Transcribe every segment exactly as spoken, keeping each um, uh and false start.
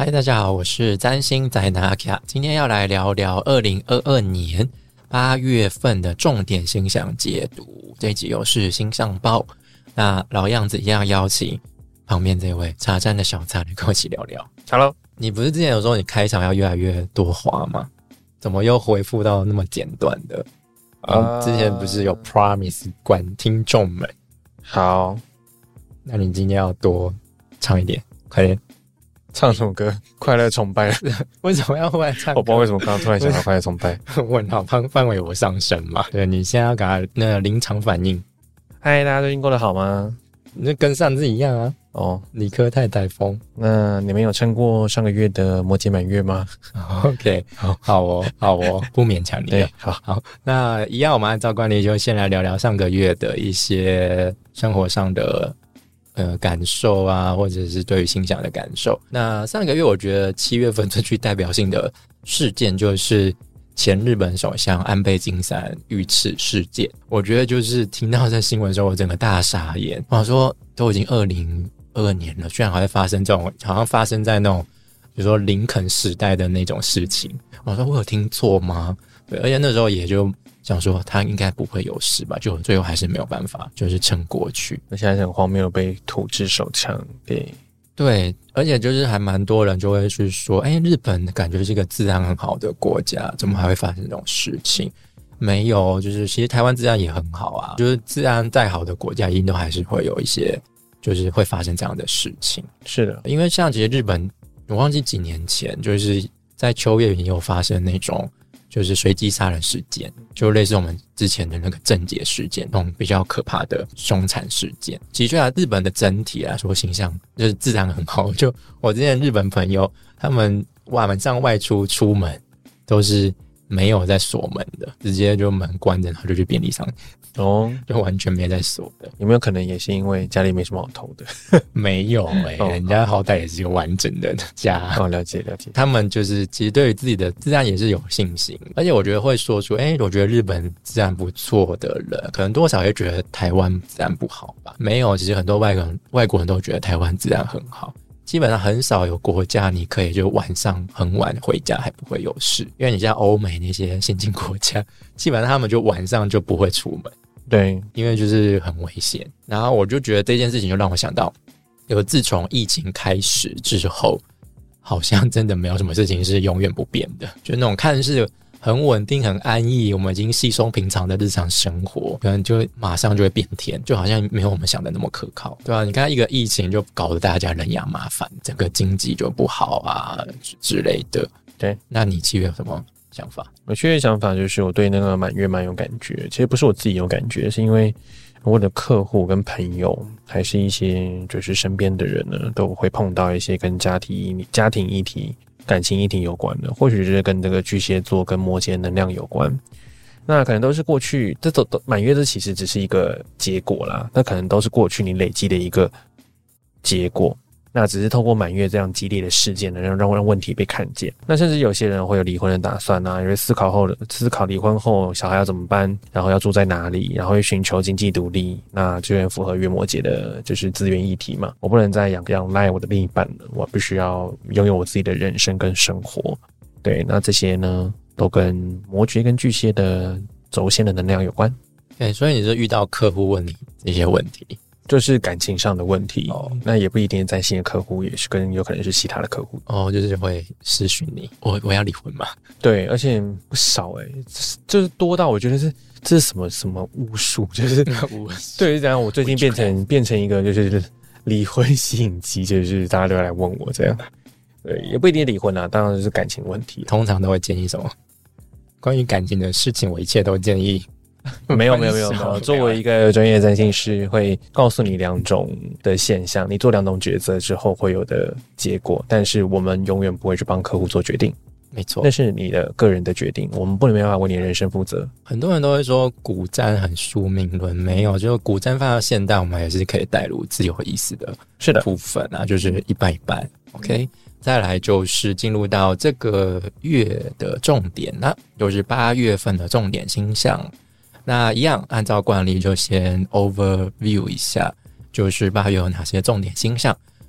嗨，大家好，我是占星宅男阿 K， 今天要来聊聊二零二二年八月份的重点星象解读。这一集又是星象报，那老样子一样邀请旁边这位茶站的小茶来跟我一起聊聊。 Hello， 你不是之前有说你开场要越来越多话吗？怎么又恢复到那么简短的？啊、uh, 之前不是有 promise 管听众们？ 好， 那你今天要多唱一点，快点。 唱什么歌？快乐崇拜。 为什么要忽然唱歌？ 我不知道为什么刚刚突然想到快乐崇拜。 问好范范围我上升嘛？对，你现在要给他那个临场反应。 嗨，大家最近过得好吗？ 那跟上次一样啊。 哦， 理科太台风。 那你们有撑过上个月的摩羯满月吗？ OK， 好，好哦，好哦，不勉强你了。 好好，那一样，我们按照惯例就先来聊聊上个月的一些生活上的呃感受啊，或者是对于星象的感受。那上个月我觉得七月份最具代表性的事件就是前日本首相安倍晋三遇刺事件。我觉得就是听到这新闻的时候，我整个大傻眼。我想说，都已经二零二二年了，居然还会发生这种，好像发生在那种比如说林肯时代的那种事情。我说我有听错吗？对，而且那时候也就想说他应该不会有事吧，就最后还是没有办法，就是撑过去。 那现在很荒谬，被土制手枪给对，而且就是还蛮多人就会去说，哎，日本感觉是一个治安很好的国家，怎么还会发生这种事情？没有，就是其实台湾治安也很好啊，就是治安再好的国家，一定都还是会有一些，就是会发生这样的事情。 是的， 因为像其实日本，我忘记几年前，就是在秋叶原有发生那种就是随机杀人事件，就类似我们之前的那个郑捷事件，那种比较可怕的凶残事件。其实啊，日本的整体来说形象就是自然很好。就我之前日本朋友，他们晚上外出出门都是没有在锁门的，直接就门关着，然后就去便利商店。哦，就完全没在锁的。 有没有可能也是因为家里没什么好偷的？ 没有哎、欸哦，人家好歹也是一个完整的家。 哦，了解了解。 他们就是其实对于自己的治安也是有信心，而且我觉得会说出，哎、欸，我觉得日本治安不错的人，可能多少会觉得台湾治安不好吧？没有，其实很多外国人外国人都觉得台湾治安很好。基本上很少有国家你可以就晚上很晚回家还不会有事，因为你像欧美那些先进国家，基本上他们就晚上就不会出门。 对， 因为就是很危险。然后我就觉得这件事情就让我想到，有自从疫情开始之后，好像真的没有什么事情是永远不变的，就那种看似很稳定很安逸，我们已经稀松平常的日常生活，可能就马上就会变天，就好像没有我们想的那么可靠，对吧、啊？你看一个疫情就搞得大家人仰马翻，整个经济就不好啊之类的。 对， 那你七月有什么想法？ 我七月想法就是我对那个满月蛮有感觉，其实不是我自己有感觉，是因为我的客户跟朋友还是一些就是身边的人呢，都会碰到一些跟家庭家庭议题感情议题有关的，或许是跟这个巨蟹座跟摩羯能量有关，那可能都是过去这都满月这其实只是一个结果啦，那可能都是过去你累积的一个结果，那只是透过满月这样激烈的事件呢，让让让问题被看见。那甚至有些人会有离婚的打算啊，因为思考后思考离婚后小孩要怎么办，然后要住在哪里，然后会寻求经济独立，那就很符合月摩羯的就是资源议题嘛。我不能再仰仰赖我的另一半了，我必须要拥有我自己的人生跟生活。对，那这些呢都跟摩羯跟巨蟹的轴线的能量有关。 对，所以你是遇到客户问你这些问题， 就是感情上的问题、 哦、 那也不一定在新的客户，也是跟有可能是其他的客户哦，就是会私讯你，我我要离婚嘛？ 对，而且不少哎、欸，就是多到我觉得是这是什么什么巫术，就是巫术。 对，这样我最近变成变成一个就是离婚吸引机，就是大家都来问我这样。对，也不一定离婚啊，当然是感情问题。 通常都会建议什么？关于感情的事情，我一切都建议。 没有没有没有没有，作为一个专业占星师，会告诉你两种的现象，你做两种抉择之后会有的结果，但是我们永远不会去帮客户做决定。 没错， 那是你的个人的决定，我们不能没办法为你的人生负责。 很多人都会说古占很宿命论，没有，就古占放到现代，我们也是可以带入自由意识的是的部分啊，就是一半一半。OK， 再来就是进入到这个月的重点，那就是八月份的重点星象。那一样按照惯例就先 overview 一下，就是八月有哪些重点星象。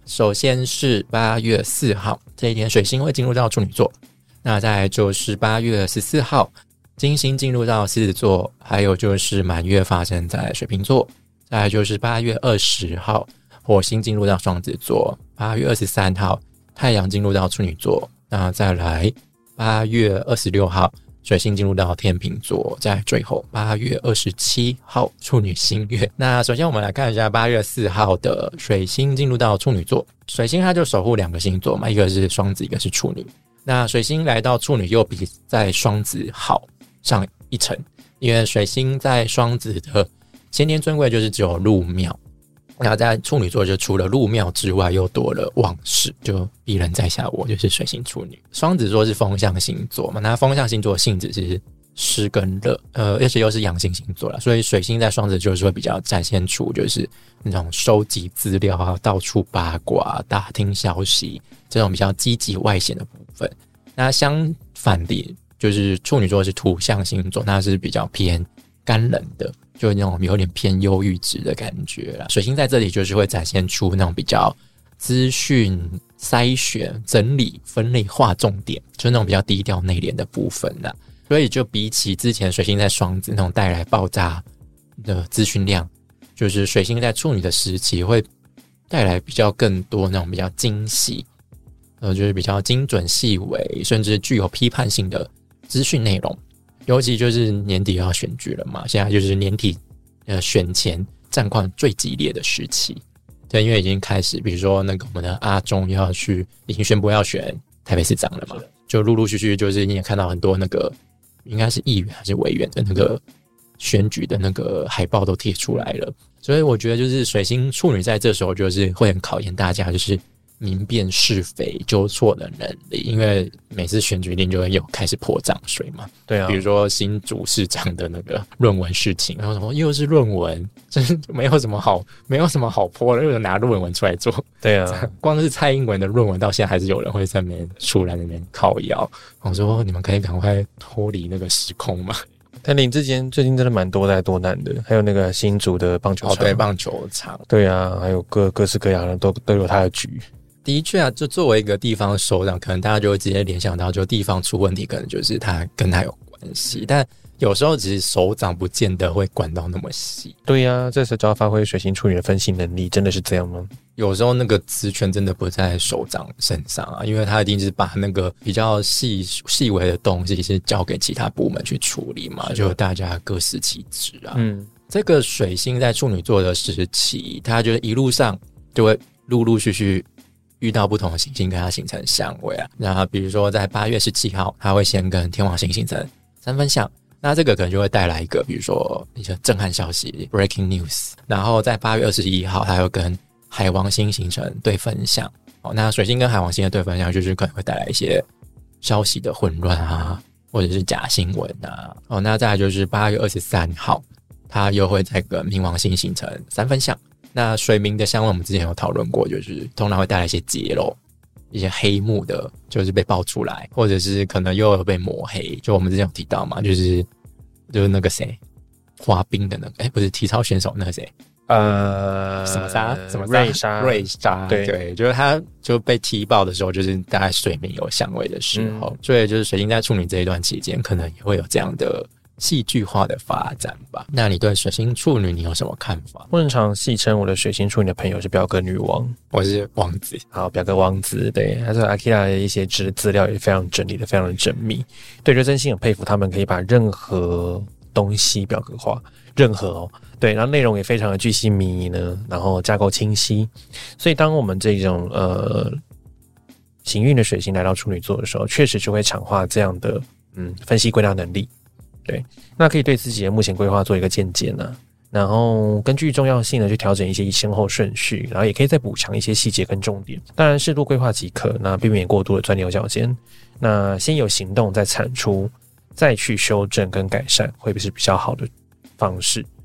首先是八月四号这一天，水星会进入到处女座。那再来就是八月十四号，金星进入到狮子座，还有就是满月发生在水瓶座。再来就是八月二十号，火星进入到双子座。八月二十三号，太阳进入到处女座。那再来八月二十六号，水星进入到天秤座。在最后八月二十七号，处女新月。那首先我们来看一下八月四号的水星进入到处女座。水星它就守护两个星座嘛，一个是双子，一个是处女。那水星来到处女又比在双子好上一层，因为水星在双子的先天尊贵就是只有入庙，那在处女座就除了入庙之外又多了旺事，就鄙人在下我就是水星处女。双子座是风象星座嘛，那风象星座的性质是湿跟热，呃，而且又是阳性星座啦，所以水星在双子就是会比较展现出就是那种收集资料啊、到处八卦、打听消息这种比较积极外显的部分。那相反的，就是处女座是土象星座，它是比较偏干冷的，就那种有点偏忧郁质的感觉啦。水星在这里就是会展现出那种比较资讯筛选、整理、分类、划重点，就是那种比较低调内敛的部分啦。所以就比起之前水星在双子那种带来爆炸的资讯量，就是水星在处女的时期会带来比较更多那种比较精细，呃，就是比较精准细微，甚至具有批判性的资讯内容。尤其就是年底要选举了嘛，现在就是年底呃选前战况最激烈的时期。对，因为已经开始，比如说那个我们的阿中要去，已经宣布要选台北市长了嘛，就陆陆续续就是你也看到很多那个应该是议员还是委员的那个选举的那个海报都贴出来了。所以我觉得就是水星处女在这时候就是会很考验大家就是明辨是非纠错的能力，因为每次选举一定就会有开始泼脏水嘛。 对啊， 比如说新竹市长的那个论文事情，然后什么又是论文，真是没有什么好没有什么好泼的，又拿论文出来做。 对啊， 光是蔡英文的论文到现在还是有人会在那边出来那边靠腰。我说你们可以赶快脱离那个时空嘛。 但林志坚最近真的蛮多灾多难的，还有那个新竹的棒球场， 哦对，棒球场， 对啊，还有各各式各样的都都有他的局。 的确啊，就作为一个地方首长，可能大家就会直接联想到，就地方出问题，可能就是他跟他有关系。但有时候其实首长不见得会管到那么细。 对啊，这时候就要发挥水星处女的分析能力，真的是这样吗？ 有时候那个职权真的不在首长身上啊，因为他一定是把那个比较细细微的东西是交给其他部门去处理嘛，就大家各司其职啊。嗯，这个水星在处女座的时期，他就一路上就会陆陆续续遇到不同的行星跟它形成相位啊。那比如说在八月十七号，它会先跟天王星形成三分相，那这个可能就会带来一个比如说一些震撼消息 breaking news。然后在八月二十一号，它又跟海王星形成对分相。哦，那水星跟海王星的对分相就是可能会带来一些消息的混乱啊，或者是假新闻啊。哦，那再来就是八月二十三号，它又会再跟冥王星形成三分相。那水冥的相位我们之前有讨论过，就是通常会带来一些揭露，一些黑幕的就是被爆出来，或者是可能又有被抹黑，就我们之前有提到嘛，就是就是那个谁滑冰的那个，哎，不是体操选手那个谁， 呃， 什么沙什么瑞莎瑞莎，对对，就是他就被踢爆的时候，就是大概水冥有相位的时候，嗯、所以就是水星在处女这一段期间，可能也会有这样的戏剧化的发展吧。那你对水星处女你有什么看法？ 我很常戏称我的水星处女的朋友是表哥女王， 我是王子。 好，表哥王子，对，他说 Akira 的一些资资料也非常整理的非常的缜密，对，就真心很佩服他们可以把任何东西表格化，任何哦，对，然后内容也非常的巨细靡遗呢，然后架构清晰，所以当我们这种呃行运的水星来到处女座的时候，确实就会强化这样的嗯分析归纳能力。对，那可以对自己的目前规划做一个见解呢，然后根据重要性呢去调整一些先后顺序，然后也可以再补强一些细节跟重点。当然适度规划即可，那避免过度的钻牛角尖。那先有行动再产出，再去修正跟改善，会不会是比较好的方式？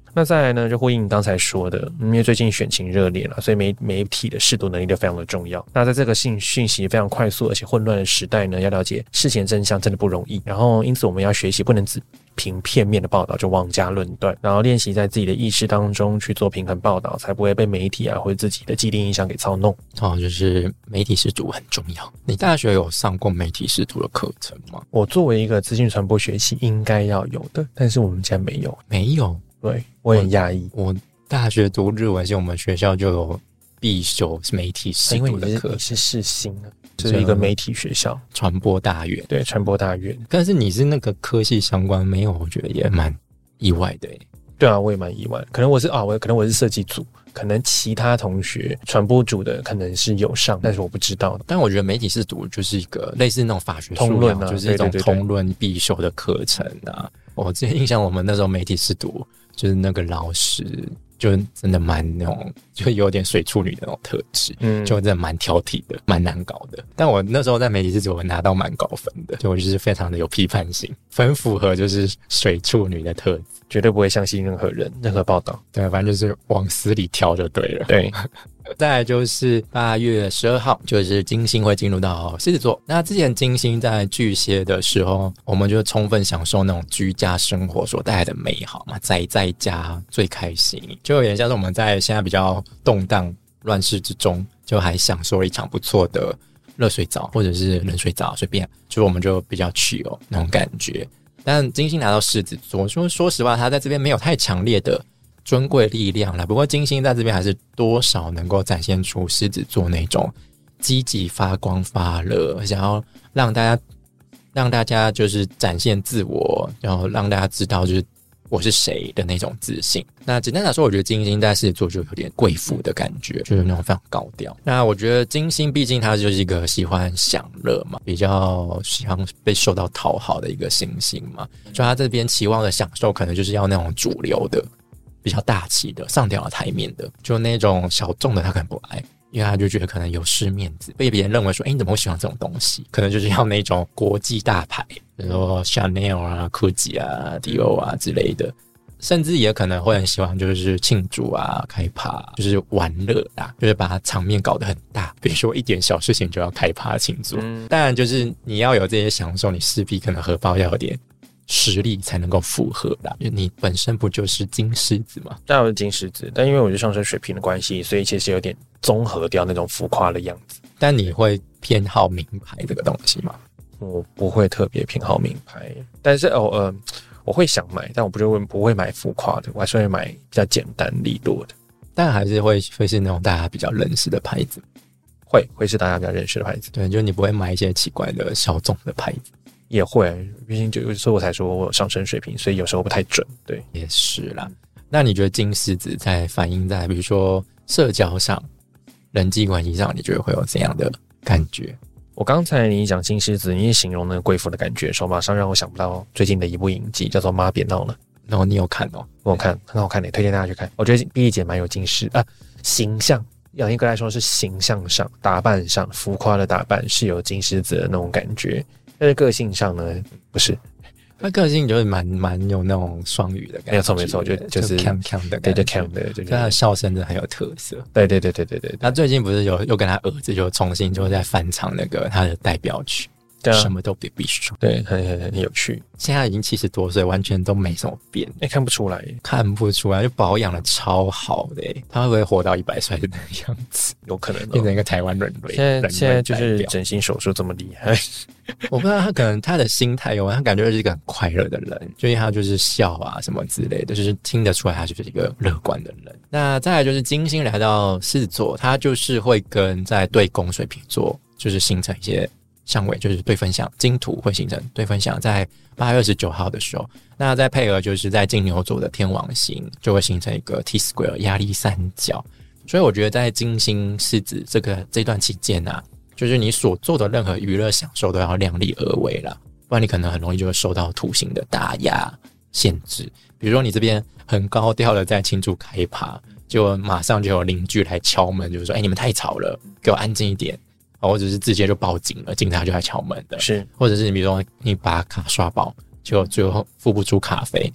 那再来呢，就呼应你刚才说的，因为最近选情热烈了，所以媒媒体的识读能力就非常的重要。那在这个信讯息非常快速而且混乱的时代呢，要了解事情真相真的不容易。然后因此我们要学习不能只凭片面的报道就妄加论断，然后练习在自己的意识当中去做平衡报道，才不会被媒体啊或者自己的既定印象给操弄。 哦，就是媒体识读很重要。你大学有上过媒体识读的课程吗？ 我作为一个资讯传播学系应该要有的，但是我们家没有。 没有？ 对，我很讶异。 我大学读日文系，我们学校就有必修媒体识读的课程。 因为你是世新啊，就是一个媒体学校， 传播大院。 对，传播大院。 但是你是那个科系相关，没有，我觉得也蛮意外的耶。 对啊，我也蛮意外。可能我是啊，我可能我是设计组，可能其他同学传播组的可能是有上，但是我不知道。 但我觉得媒体识读就是一个类似那种法学通论啊， 就是一种通论必修的课程啊。我之前印象，我们那时候媒体识读，就是那个老师就真的蛮那种，就有点水处女的那种特质，嗯，就真的蛮挑剔的，蛮难搞的。但我那时候在媒体识读，我拿到蛮高分的，就我就是非常的有批判性，很符合就是水处女的特质。 绝对不会相信任何人、任何报道。 对，反正就是往死里挑就对了。 对， 再来就是八月十二号，就是金星会进入到狮子座。那之前金星在巨蟹的时候，我们就充分享受那种居家生活所带来的美好嘛，宅在家最开心，就有点像是我们在现在比较动荡乱世之中，就还享受了一场不错的热水澡或者是冷水澡，随便，就我们就比较 chill 那种感觉。但金星拿到狮子座，说说实话，他在这边没有太强烈的尊贵力量啦。不过金星在这边还是多少能够展现出狮子座那种积极发光发热，想要让大家让大家就是展现自我，然后让大家知道就是我是谁的那种自信。那简单来说，我觉得金星在狮子座就有点贵妇的感觉，就是那种非常高调。那我觉得金星毕竟它就是一个喜欢享乐嘛，比较喜欢被受到讨好的一个行星嘛，就他这边期望的享受可能就是要那种主流的，比较大气的，上调了台面的，就那种小众的他可能不爱。因为他就觉得可能有失面子，被别人认为说，哎，你怎么会喜欢这种东西？可能就是要那种国际大牌，比如说 Chanel 啊、Gucci 啊、Dior 啊之类的，甚至也可能会很喜欢就是庆祝啊、开趴，就是玩乐啦，就是把场面搞得很大，比如说一点小事情就要开趴庆祝。嗯、当然，就是你要有这些享受，你势必可能荷包要有点实力才能够符合啦，因为你本身不就是金狮子吗？ 当然我是金狮子，但因为我是上升水瓶的关系，所以其实有点综合掉那种浮夸的样子。 但你会偏好名牌这个东西吗？ 我不会特别偏好名牌，但是哦呃，我会想买，但我不就会不会买浮夸的，我还是会买比较简单利落的， 但还是会会是那种大家比较认识的牌子， 会会是大家比较认识的牌子。 对，就你不会买一些奇怪的小众的牌子。 也会，毕竟就所以我才说我有上升水平，所以有时候不太准。对， 也是啦。那你觉得金狮子在反映在比如说社交上、人际关系上，你觉得会有怎样的感觉？ 我刚才你讲金狮子，你形容那个贵妇的感觉的时候，马上让我想不到最近的一部影集，叫做《妈别闹了》。 然后你有看哦？ 我有看，很好看的，推荐大家去看。我觉得碧丽姐蛮有金狮啊，形象。要严格来说是形象上、打扮上，浮夸的打扮是有金狮子的那种感觉。但是个性上呢，不是， 他个性就是蛮蛮有那种双语的感觉， 没错没错，就就是就 cam cam 的感觉， 对对 cam 的，对对， 他的笑声真的很有特色， 对对对对对对。 他最近不是有又跟他儿子就重新就在翻唱那个他的代表曲，对啊，什么都别必说， 对，很很很有趣。 现在已经七十多岁，完全都没什么变， 哎、欸，看不出来， 看不出来，就保养的超好的，他会不会活到一百岁的样子？ 有可能、哦、 变成一个台湾人类。 现在现在就是整形手术这么厉害， 我不知道他可能他的心态有，他感觉就是一个很快乐的人，就因为他就是笑啊什么之类的，就是听得出来他就是一个乐观的人。那再来就是金星来到狮子座，他就是会跟在对宫水瓶座就是形成一些相位，就是对分相，金土会形成对分相，在八月二十九号的时候，那再配合就是在金牛座的天王星，就会形成一个 T square 压力三角。所以我觉得在金星狮子这个这段期间啊，就是你所做的任何娱乐享受都要量力而为啦，不然你可能很容易就会受到土星的打压限制。比如说你这边很高调的在庆祝开趴，就马上就有邻居来敲门，就是说哎、欸，你们太吵了，给我安静一点，或者是直接就报警了，警察就来敲门的。 是， 或者是比如说你把卡刷爆，结果最后付不出卡费，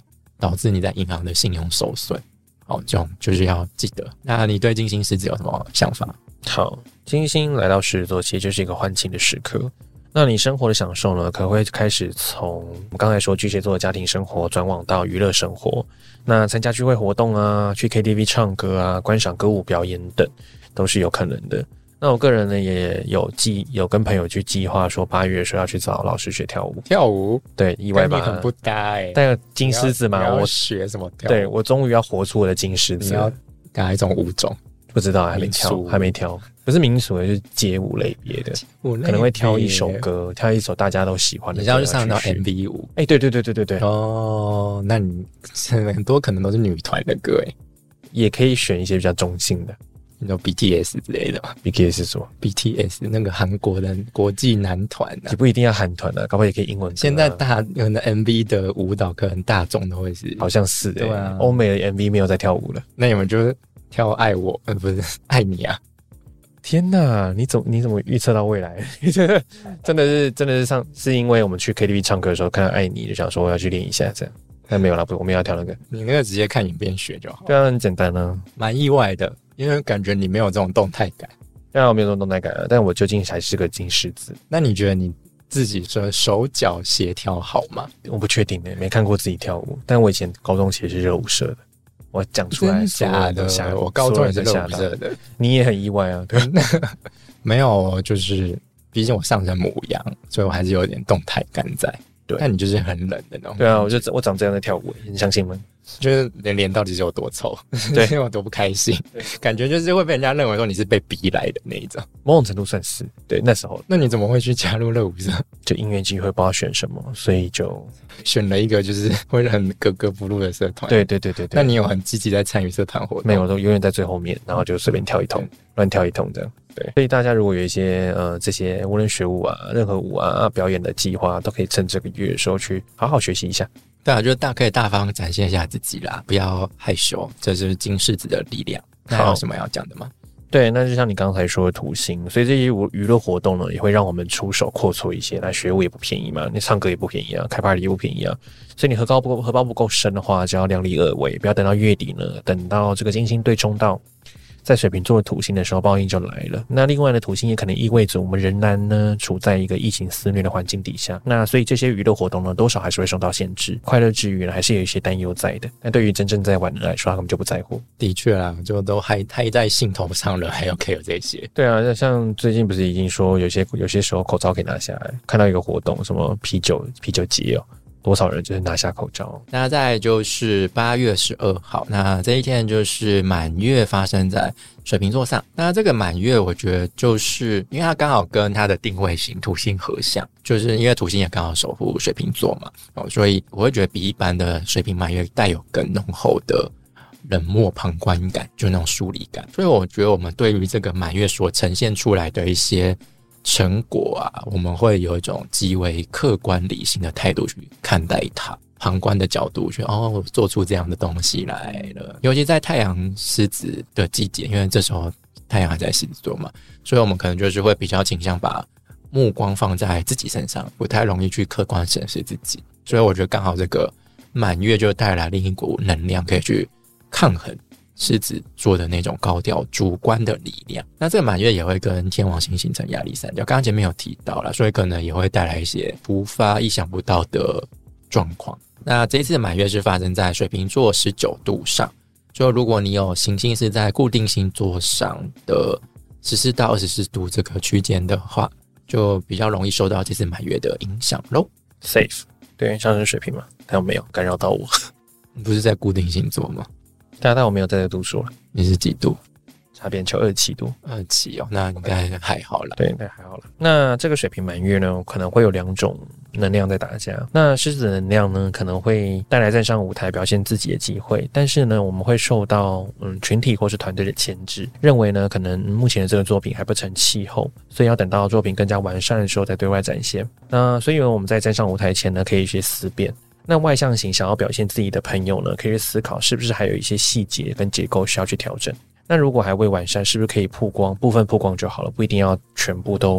导致你在银行的信用受损。好，这种就是要记得。那你对金星狮子有什么想法？ 好，金星来到狮子座，其实就是一个欢庆的时刻。那你生活的享受呢，可能会开始从我们刚才说巨蟹座的家庭生活转往到娱乐生活。那参加聚会活动啊，去 K T V 唱歌啊，观赏歌舞表演等，都是有可能的。那我个人呢，也有计有跟朋友去计划说，八月的时候要去找老师学跳舞。 跳舞？ 对，意外吧？ 跟你很不搭哎、欸。 但金狮子嘛，我学什么跳舞？ 对，我终于要活出我的金狮子。 你要哪一种舞种？ 不知道，还没跳，还没跳。不是民俗，就是街舞类别的，可能会挑一首歌，挑一首大家都喜欢的歌。 你要去上到 M V 舞？ 哎、欸，对对对对对对。 哦，那你很多可能都是女团的歌哎， 也可以选一些比较中性的。 你说 B T S 之类的吗 ？B T S 是什么 ？B T S 那个韩国的国际男团啊， 也不一定要韩团啊，搞不好也可以英文歌啊。 现在大可能 M V 的舞蹈可能大众都会是， 好像是哎、欸， 对啊， 欧美的 M V 没有在跳舞了。 那你们就跳爱我，呃，不是爱你啊！ 天哪，你怎么你怎么预测到未来？真的是真的是上是因为我们去 K T V 唱歌的时候看到爱你，就想说我要去练一下这样。但没有啦，不，我们要跳那个。 你那个直接看影片学就好。 对啊，很简单啊， 蛮意外的，因为感觉你没有这种动态感。 当然我没有这种动态感啊，但我究竟还是个金狮子。 那你觉得你自己说手脚协调好吗？ 我不确定的，没看过自己跳舞。但我以前高中其实是热舞社的，我讲出来， 真假的？我高中也是热舞社的， 你也很意外啊？对， 没有，就是毕竟我上身母羊，所以我还是有点动态感在。对，但你就是很冷的那种。 对啊，我就我长这样在跳舞，你相信吗？ 就是脸脸到底是有多臭， 对， 我多不开心，感觉就是会被人家认为说你是被逼来的那一种， 某种程度算是。对，那时候， 那你怎么会去加入热舞社？ 就音乐机会不知道选什么，所以就选了一个就是会很格格不入的社团。 对对对对对。 那你有很积极在参与社团活动？ 没有，我都永远在最后面，然后就随便跳一通，乱跳一通这样。对，所以大家如果有一些呃这些无论学舞啊、任何舞啊表演的计划，都可以趁这个月的时候去好好学习一下。 对啊，就大可以大方展现一下自己啦，不要害羞，这是金狮子的力量。那还有什么要讲的吗？ 对，那就像你刚才说的土星，所以这些娱乐活动呢，也会让我们出手阔绰一些。那学舞也不便宜嘛，你唱歌也不便宜啊，开 party 也不便宜啊。所以你荷包不够，荷包不够深的话，就要量力而为，不要等到月底呢，等到这个金星对冲到在水瓶座的土星的时候，报应就来了。那另外呢，土星也可能意味着我们仍然呢处在一个疫情肆虐的环境底下。那所以这些娱乐活动呢，多少还是会受到限制。快乐之余呢，还是有一些担忧在的。但对于真正在玩的人来说，他根本就不在乎。 的确啦，就都还还在兴头上了，还要 care 这些。 对啊，像最近不是已经说有些有些时候口罩可以拿下来，看到一个活动，什么啤酒啤酒节哦。多少人就是拿下口罩？ 那再来就是八月十二号，那这一天就是满月发生在水瓶座上。那这个满月，我觉得就是因为它刚好跟它的定位型土星合相，就是因为土星也刚好守护水瓶座嘛，哦，所以我会觉得比一般的水瓶满月带有更浓厚的冷漠旁观感，就那种疏离感。所以我觉得我们对于这个满月所呈现出来的一些成果啊，我们会有一种极为客观理性的态度去看待它，旁观的角度去哦，我做出这样的东西来了。尤其在太阳狮子的季节，因为这时候太阳还在狮子座嘛，所以我们可能就是会比较倾向把目光放在自己身上，不太容易去客观审视自己。所以我觉得刚好这个满月就带来另一股能量，可以去抗衡狮子座的那种高调主观的力量。那这个满月也会跟天王星形成压力三角，刚刚前面有提到了，所以可能也会带来一些突发意想不到的状况。那这一次的满月是发生在水瓶座十九度上，就如果你有行星是在固定星座上的十四到二十四度这个区间的话，就比较容易受到这次满月的影响咯。 Safe 对，上升水瓶嘛，但我没有干扰到我。 你不是在固定星座吗？ 但但我没有在这度数了。 你是几度？ 差边球二十七度。 二十七哦，那应该还好啦。 对，那还好了。那这个水瓶满月呢，可能会有两种能量在打架。那狮子的能量呢，可能会带来站上舞台表现自己的机会，但是呢，我们会受到嗯群体或是团队的牵制，认为呢，可能目前的这个作品还不成气候，所以要等到作品更加完善的时候再对外展现。那所以我们在站上舞台前呢，可以去思辨。那外向型想要表现自己的朋友呢，可以去思考是不是还有一些细节跟结构需要去调整。那如果还未完善，是不是可以曝光部分曝光就好了，不一定要全部都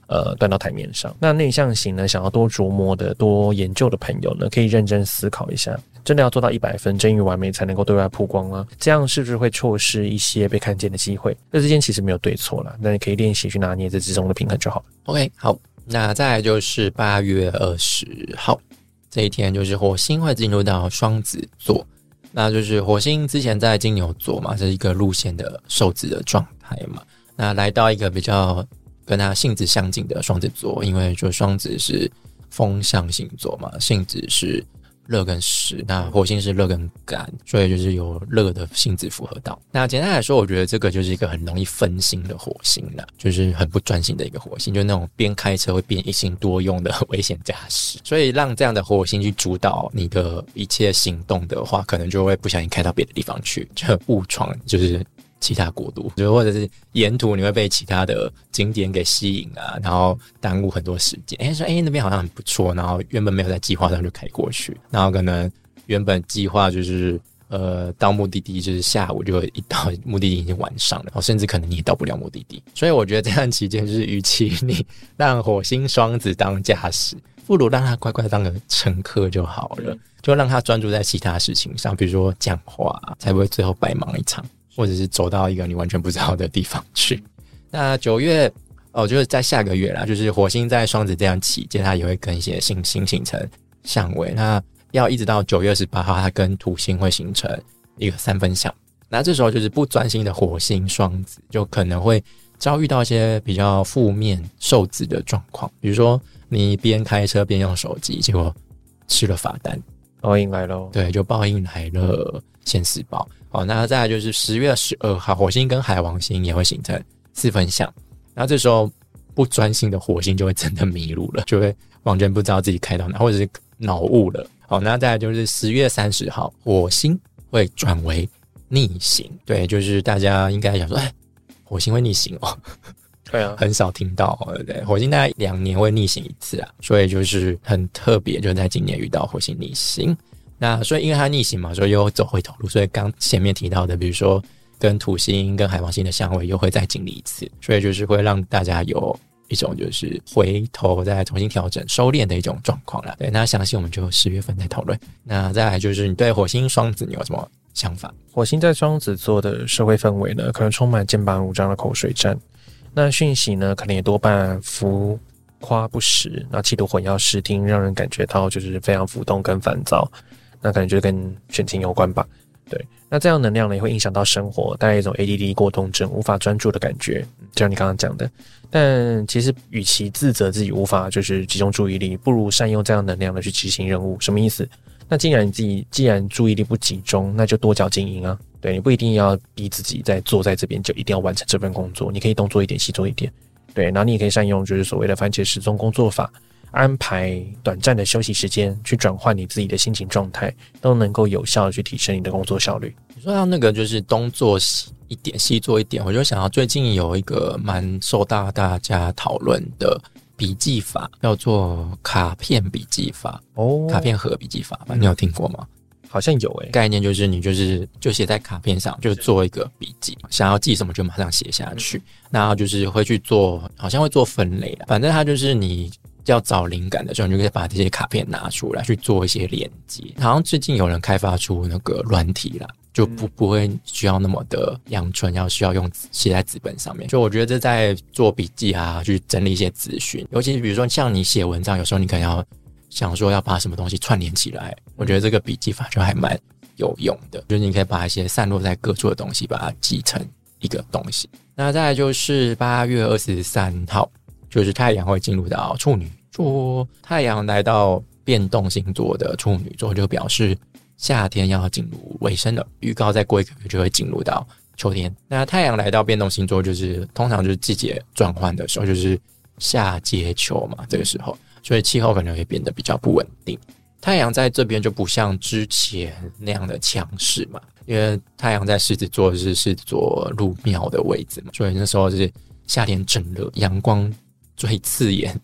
呃端到台面上。那内向型呢，想要多琢磨的、多研究的朋友呢，可以认真思考一下，真的要做到一百分，臻于完美才能够对外曝光啊，这样是不是会错失一些被看见的机会？这之间其实没有对错啦，但你可以练习去拿捏这之中的平衡就好了。 OK， 好，那再来就是八月二十号这一天，就是火星会进入到双子座。那就是火星之前在金牛座嘛，是一个路线的受制的状态嘛，那来到一个比较跟它性质相近的双子座，因为就双子是风象星座嘛，性质是热跟湿，那火星是热跟干，所以就是有热的性质符合到。那简单来说，我觉得这个就是一个很容易分心的火星啦，就是很不专心的一个火星，就是那种边开车会边一心多用的危险驾驶。所以让这样的火星去主导你的一切行动的话，可能就会不小心开到别的地方去，就误闯就是其他国度，就或者是沿途你会被其他的景点给吸引啊，然后耽误很多时间。哎，说哎那边好像很不错，然后原本没有在计划上就开过去，然后可能原本计划就是呃到目的地就是下午，就一到目的地已经晚上了，然后甚至可能你也到不了目的地。所以我觉得这段期间就是与其你让火星双子当驾驶，不如让他乖乖当个乘客就好了，就让他专注在其他事情上，比如说讲话，才不会最后白忙一场，或者是走到一个你完全不知道的地方去。那九月哦，就是在下个月啦，就是火星在双子这样期间，它也会跟一些星星形成相位。那要一直到九月二十八号，它跟土星会形成一个三分相。那这时候就是不专心的火星双子，就可能会遭遇到一些比较负面受制的状况，比如说你边开车边用手机，结果吃了罚单， 报应来咯。 对，就报应来了，现世报。好，那再来就是十月十二号，火星跟海王星也会形成四分相。那这时候不专心的火星就会真的迷路了，就会完全不知道自己开到哪，或者是脑雾了。好，那再来就是十月三十号，火星会转为逆行。对，就是大家应该想说，哎，火星会逆行哦。 对啊， 很少听到，对不对？火星大概两年会逆行一次啊，所以就是很特别，就在今年遇到火星逆行。那所以因为它逆行嘛，所以又走回头路，所以刚前面提到的，比如说跟土星跟海王星的相位又会再经历一次，所以就是会让大家有一种就是回头再重新调整收敛的一种状况啦。对，那详细我们就十月份再讨论。那再来就是你对火星双子你有什么想法？ 火星在双子座的社会氛围呢，可能充满剑拔弩张的口水战。那讯息呢，可能也多半浮夸不实，那企图混淆视听，让人感觉到就是非常浮动跟烦躁。那可能就跟选情有关吧。对，那这样能量呢，也会影响到生活，带来一种 A D D 过动症，无法专注的感觉，就像你刚刚讲的。但其实与其自责自己无法就是集中注意力，不如善用这样能量的去执行任务。什么意思？那既然你自己既然注意力不集中，那就多角经营啊。对，你不一定要逼自己在坐在这边就一定要完成这份工作，你可以东做一点西做一点。对，然后你也可以善用就是所谓的番茄时钟工作法，安排短暂的休息时间去转换你自己的心情状态，都能够有效的去提升你的工作效率。 你说到那个就是东做一点西做一点，我就想到最近有一个蛮受到大家讨论的笔记法，叫做卡片笔记法哦，卡片盒笔记法，你有听过吗？ 好像有诶、欸， 概念就是你就是就写在卡片上，就做一个笔记，想要记什么就马上写下去，然后就是会去做，好像会做分类啦，反正它就是你要找灵感的时候，你就可以把这些卡片拿出来去做一些连接。好像最近有人开发出那个软体啦，就不不会需要那么的阳春，要需要用写在纸本上面。就我觉得这在做笔记啊，去整理一些资讯，尤其是比如说像你写文章，有时候你可能要想说要把什么东西串联起来，我觉得这个笔记法就还蛮有用的，就是你可以把一些散落在各处的东西把它记成一个东西。那再来就是八月二十三号，就是太阳会进入到处女座，太阳来到变动星座的处女座，就表示夏天要进入尾声了，预告再过一个月就会进入到秋天。那太阳来到变动星座，就是通常就是季节转换的时候，就是夏接秋嘛，这个时候，所以气候可能会变得比较不稳定。太阳在这边就不像之前那样的强势嘛，因为太阳在狮子座是狮子座入庙的位置嘛，所以那时候是夏天正热，阳光最刺眼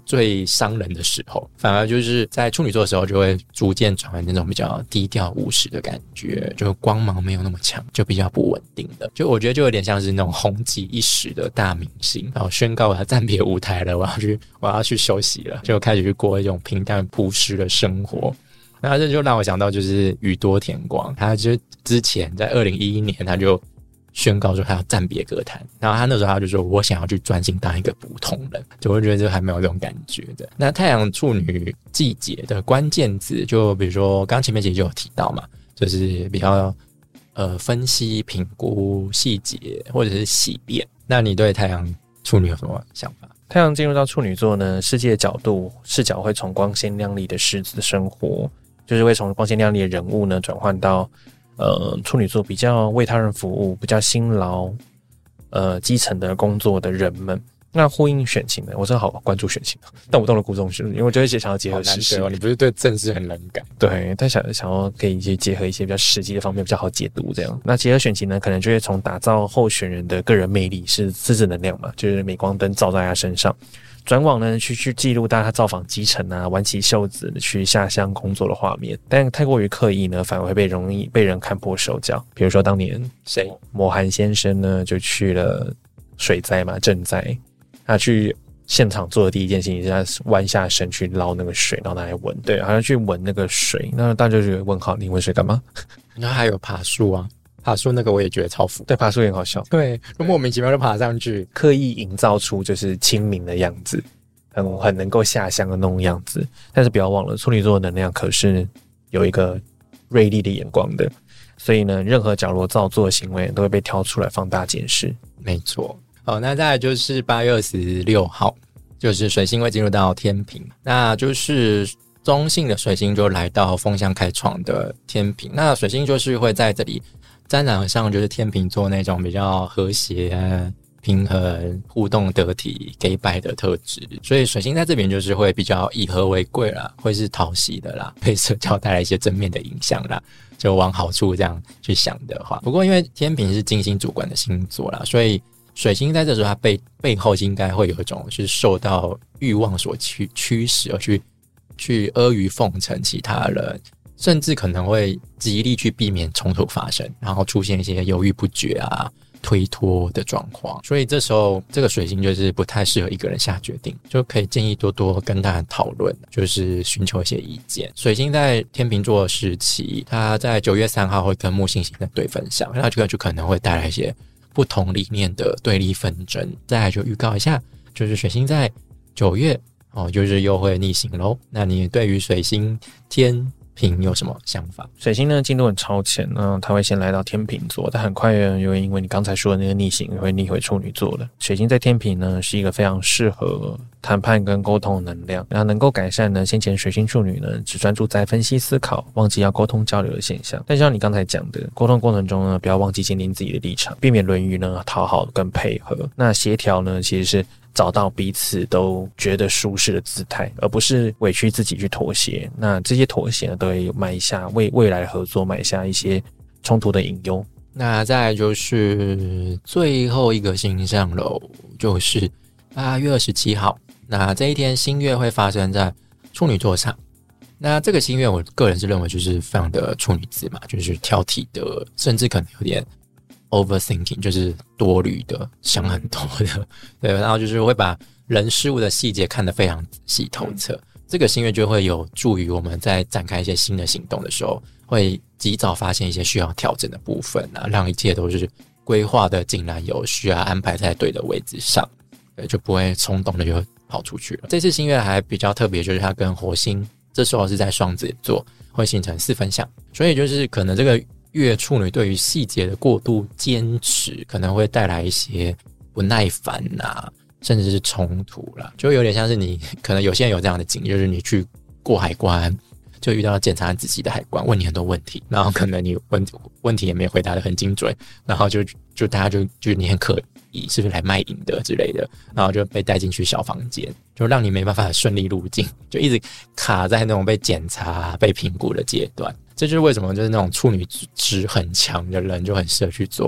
最伤人的时候，反而就是在处女座的时候就会逐渐转为那种比较低调务实的感觉，就光芒没有那么强，就比较不稳定的。就我觉得就有点像是那种红极一时的大明星，然后宣告我要暂别舞台了，我要去我要去休息了，就开始去过一种平淡朴实的生活。那这就让我想到就是宇多田光，他就之前在二零一一年他就宣告说他要暂别歌坛，然后他那时候他就说我想要去专心当一个普通人，就会觉得就还没有这种感觉的。那太阳处女季节的关键字就比如说刚前面其实就有提到嘛，就是比较呃分析评估细节或者是洗练。那你对太阳处女有什么想法？ 太阳进入到处女座呢，世界角度视角会从光鲜亮丽的狮子生活，就是会从光鲜亮丽的人物呢转换到呃，处女座比较为他人服务、比较辛劳、呃基层的工作的人们。那呼应选情呢？我真的好关注选情，但我动了故中是，因为我就会想要结合时事。 哦，你不是对政治很冷感？ 对，但想想要可以去结合一些比较实际的方面，比较好解读这样。那结合选情呢，可能就会从打造候选人的个人魅力是狮子能量嘛，就是镁光灯照在他身上。转往呢去去记录大家造访基层啊，挽起袖子去下乡工作的画面，但太过于刻意呢，反而会被容易被人看破手脚。比如说当年谁某韩先生呢，就去了水灾嘛，赈灾，他去现场做的第一件事情是他弯下身去捞那个水，然后拿来闻，对，好像去闻那个水，那大家就觉得问号，你闻水干嘛？ 然后还有爬树啊。爬树那个我也觉得超浮， 对，爬树也很好笑， 对，莫名其妙就爬上去， 刻意营造出就是亲民的样子，很很能够下乡的那种样子。但是不要忘了，处女座的能量可是有一个锐利的眼光的，所以呢，任何角落造作的行为都会被挑出来放大检视。 没错。好，那再来就是八月二十六号，就是水星会进入到天秤，那就是中性的水星就来到风象开创的天秤，那水星就是会在这里沾染上就是天秤座那种比较和谐啊、平衡、互动得体、给白的特质，所以水星在这边就是会比较以和为贵啦，会是讨喜的啦，对社交带来一些正面的影响啦，就往好处这样去想的话。不过因为天秤是金星主管的星座啦，所以水星在这时候它背背后应该会有一种是受到欲望所驱驱使而去去阿谀奉承其他人，甚至可能会极力去避免冲突发生，然后出现一些犹豫不决啊、推脱的状况。所以这时候这个水星就是不太适合一个人下决定，就可以建议多多跟他人讨论，就是寻求一些意见。水星在天秤座时期，它在九月三号会跟木星星在对分相，那这个就可能会带来一些不同理念的对立纷争。再来就预告一下，就是水星在九月哦，就是又会逆行咯。那你对于水星天秤有什么想法？ 水星呢进度很超前，那它会先来到天秤座，但很快又因为你刚才说的那个逆行会逆回处女座的。水星在天秤呢是一个非常适合谈判跟沟通的能量，然后能够改善呢先前水星处女呢只专注在分析思考，忘记要沟通交流的现象。但像你刚才讲的，沟通过程中呢不要忘记坚定自己的立场，避免论语呢讨好跟配合。那协调呢其实是找到彼此都觉得舒适的姿态，而不是委屈自己去妥协。那这些妥协呢都会埋下为未来的合作埋下一些冲突的隐忧。 那再来就是最后一个星象喽，就是八月二十七号，那这一天新月会发生在处女座上。那这个新月我个人是认为就是非常的处女座嘛，就是挑剔的，甚至可能有点overthinking， 就是多虑的，想很多的，对，然后就是会把人事物的细节看得非常仔细透彻。这个新月就会有助于我们在展开一些新的行动的时候，会及早发现一些需要调整的部分啊，让一切都是规划的井然有序啊，安排在对的位置上，对，就不会冲动的就跑出去了。这次新月还比较特别，就是它跟火星这时候是在双子座，会形成四分相，所以就是可能这个月处女对于细节的过度坚持，可能会带来一些不耐烦啊，甚至是冲突啦，就有点像是你可能有些人有这样的经历，就是你去过海关，就遇到检查很仔细的海关，问你很多问题，然后可能你问问题也没有回答得很精准，然后就就大家就就你很可疑，是不是来卖淫的之类的，然后就被带进去小房间，就让你没办法顺利入境，就一直卡在那种被检查、被评估的阶段。这就是为什么就是那种处女值很强的人就很适合去做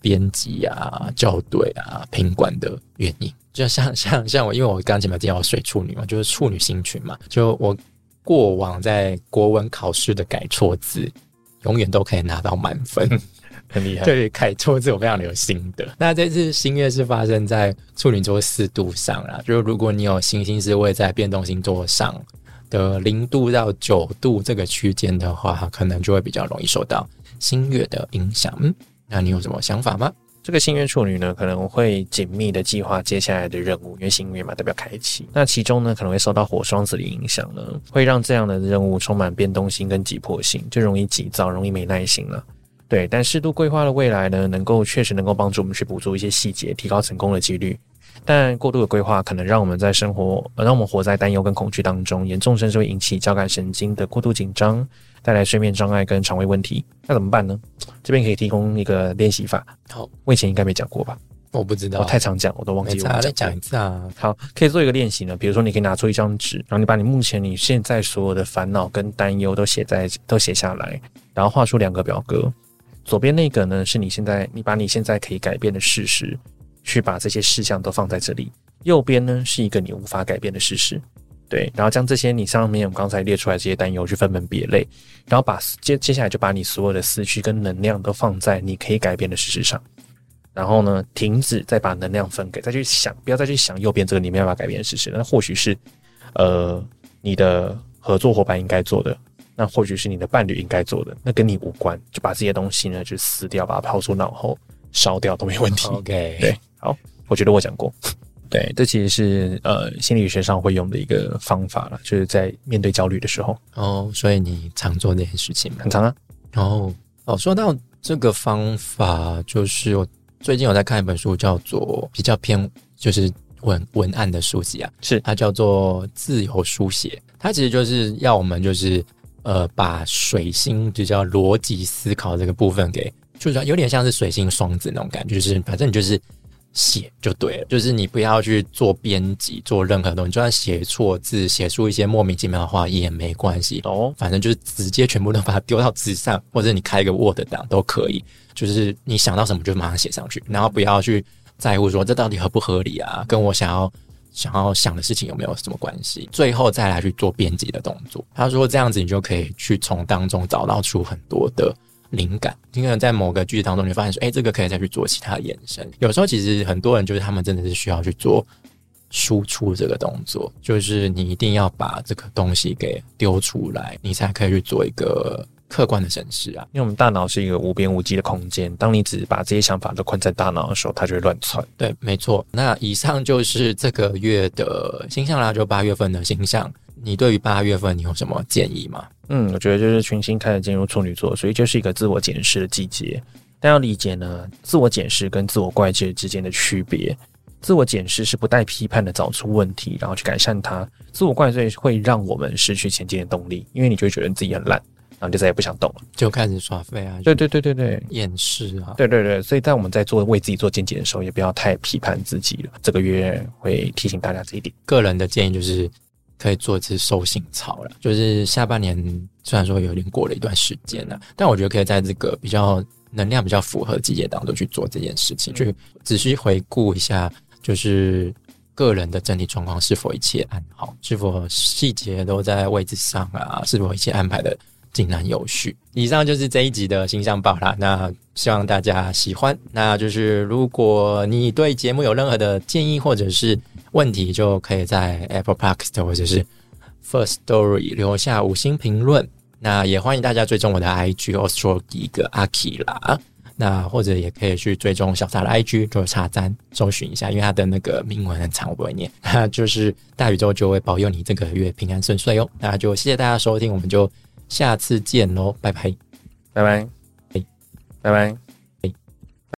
编辑啊、校对啊、品管的原因。就像像像我，因为我刚前面提到水处女嘛，就是处女星群嘛，就我过往在国文考试的改错字，永远都可以拿到满分， 很厉害。 对，改错字我非常的有心得。那这次新月是发生在处女座四度上啦，就是如果你有行星是位在变动星座上的零度到九度这个区间的话，可能就会比较容易受到新月的影响。嗯，那你有什么想法吗？ 这个新月处女呢，可能会紧密的计划接下来的任务，因为新月嘛代表开启。那其中呢，可能会受到火双子的影响呢，会让这样的任务充满变动性跟急迫性，就容易急躁，容易没耐心了。对，但适度规划的未来呢，能够确实能够帮助我们去捕捉一些细节，提高成功的几率。但过度的规划可能让我们在生活，呃、让我们活在担忧跟恐惧当中，严重甚至会引起交感神经的过度紧张，带来睡眠障碍跟肠胃问题。那怎么办呢？这边可以提供一个练习法。 好， 我以前应该没讲过吧？ 我不知道， 我太常讲，我都忘记我讲过。 再讲一次啊！ 好，可以做一个练习呢。比如说，你可以拿出一张纸，然后你把你目前你现在所有的烦恼跟担忧都写在都写下来，然后画出两个表格。左边那个呢，是你现在你把你现在可以改变的事实，去把这些事项都放在这里。右边呢，是一个你无法改变的事实。对，然后将这些你上面我们刚才列出来这些担忧去分门别类，然后把接接下来就把你所有的思绪跟能量都放在你可以改变的事实上。然后呢，停止再把能量分给，再去想，不要再去想右边这个你没办法改变的事实。那或许是呃你的合作伙伴应该做的，那或许是你的伴侣应该做的，那跟你无关，就把这些东西呢就撕掉，把它抛出脑后烧掉都没问题。 OK， 对，好，我觉得我讲过。对，这其实是呃心理学上会用的一个方法啦，就是在面对焦虑的时候。 哦，所以你常做这件事情吗？ 很常啊。 哦哦，说到这个方法，就是我最近有在看一本书，叫做比较偏就是文文案的书籍啊， 是它叫做自由书写。它其实就是要我们就是呃把水星就叫逻辑思考这个部分给，就是有点像是水星双子那种感觉，就是反正你就是写就对了，就是你不要去做编辑，做任何东西，就算写错字，写出一些莫名其妙的话也没关系哦，反正就是直接全部都把它丢到纸上，或者你开一个 Word 档都可以，就是你想到什么就马上写上去，然后不要去在乎说这到底合不合理啊，跟我想要想要想的事情有没有什么关系，最后再来去做编辑的动作。他说这样子你就可以去从当中找到出很多的灵感，你可能在某个句子当中，你发现说，哎、欸，这个可以再去做其他的延伸。有时候其实很多人就是他们真的是需要去做输出这个动作，就是你一定要把这个东西给丢出来，你才可以去做一个客观的审视啊。 因为我们大脑是一个无边无际的空间，当你只把这些想法都困在大脑的时候，它就会乱窜。 对，没错。那以上就是这个月的星象啦，就八月份的星象。你对于八月份你有什么建议吗？ 嗯，我觉得就是群星开始进入处女座，所以就是一个自我检视的季节。但要理解呢，自我检视跟自我怪罪之间的区别。自我检视是不带批判的找出问题，然后去改善它。自我怪罪会让我们失去前进的动力，因为你就会觉得你自己很烂，然后你就再也不想动了， 就开始耍废啊。 对对对对对， 厌世啊。 对对对，所以在我们在做为自己做见解的时候，也不要太批判自己了。这个月会提醒大家这一点。 个人的建议就是可以做一次收心操了，就是下半年虽然说有点过了一段时间了，但我觉得可以在这个比较能量比较符合季节当中去做这件事情，去仔细回顾一下，就是个人的整体状况是否一切安好，是否细节都在位置上啊，是否一切安排的井然有序。以上就是这一集的星象报啦，那希望大家喜欢。那就是如果你对节目有任何的建议或者是问题，就可以在 Apple Podcast 或者是 First Story 留下五星评论。那也欢迎大家追踪我的 I G Astrology 个阿 K 啦，那或者也可以去追踪小茶的 I G， 就是茶簪搜寻一下，因为他的那个铭文很长，我不会念。那就是大宇宙就会保佑你这个月平安顺遂哦。那就谢谢大家收听，我们就下次见咯，拜拜， 拜拜，拜拜。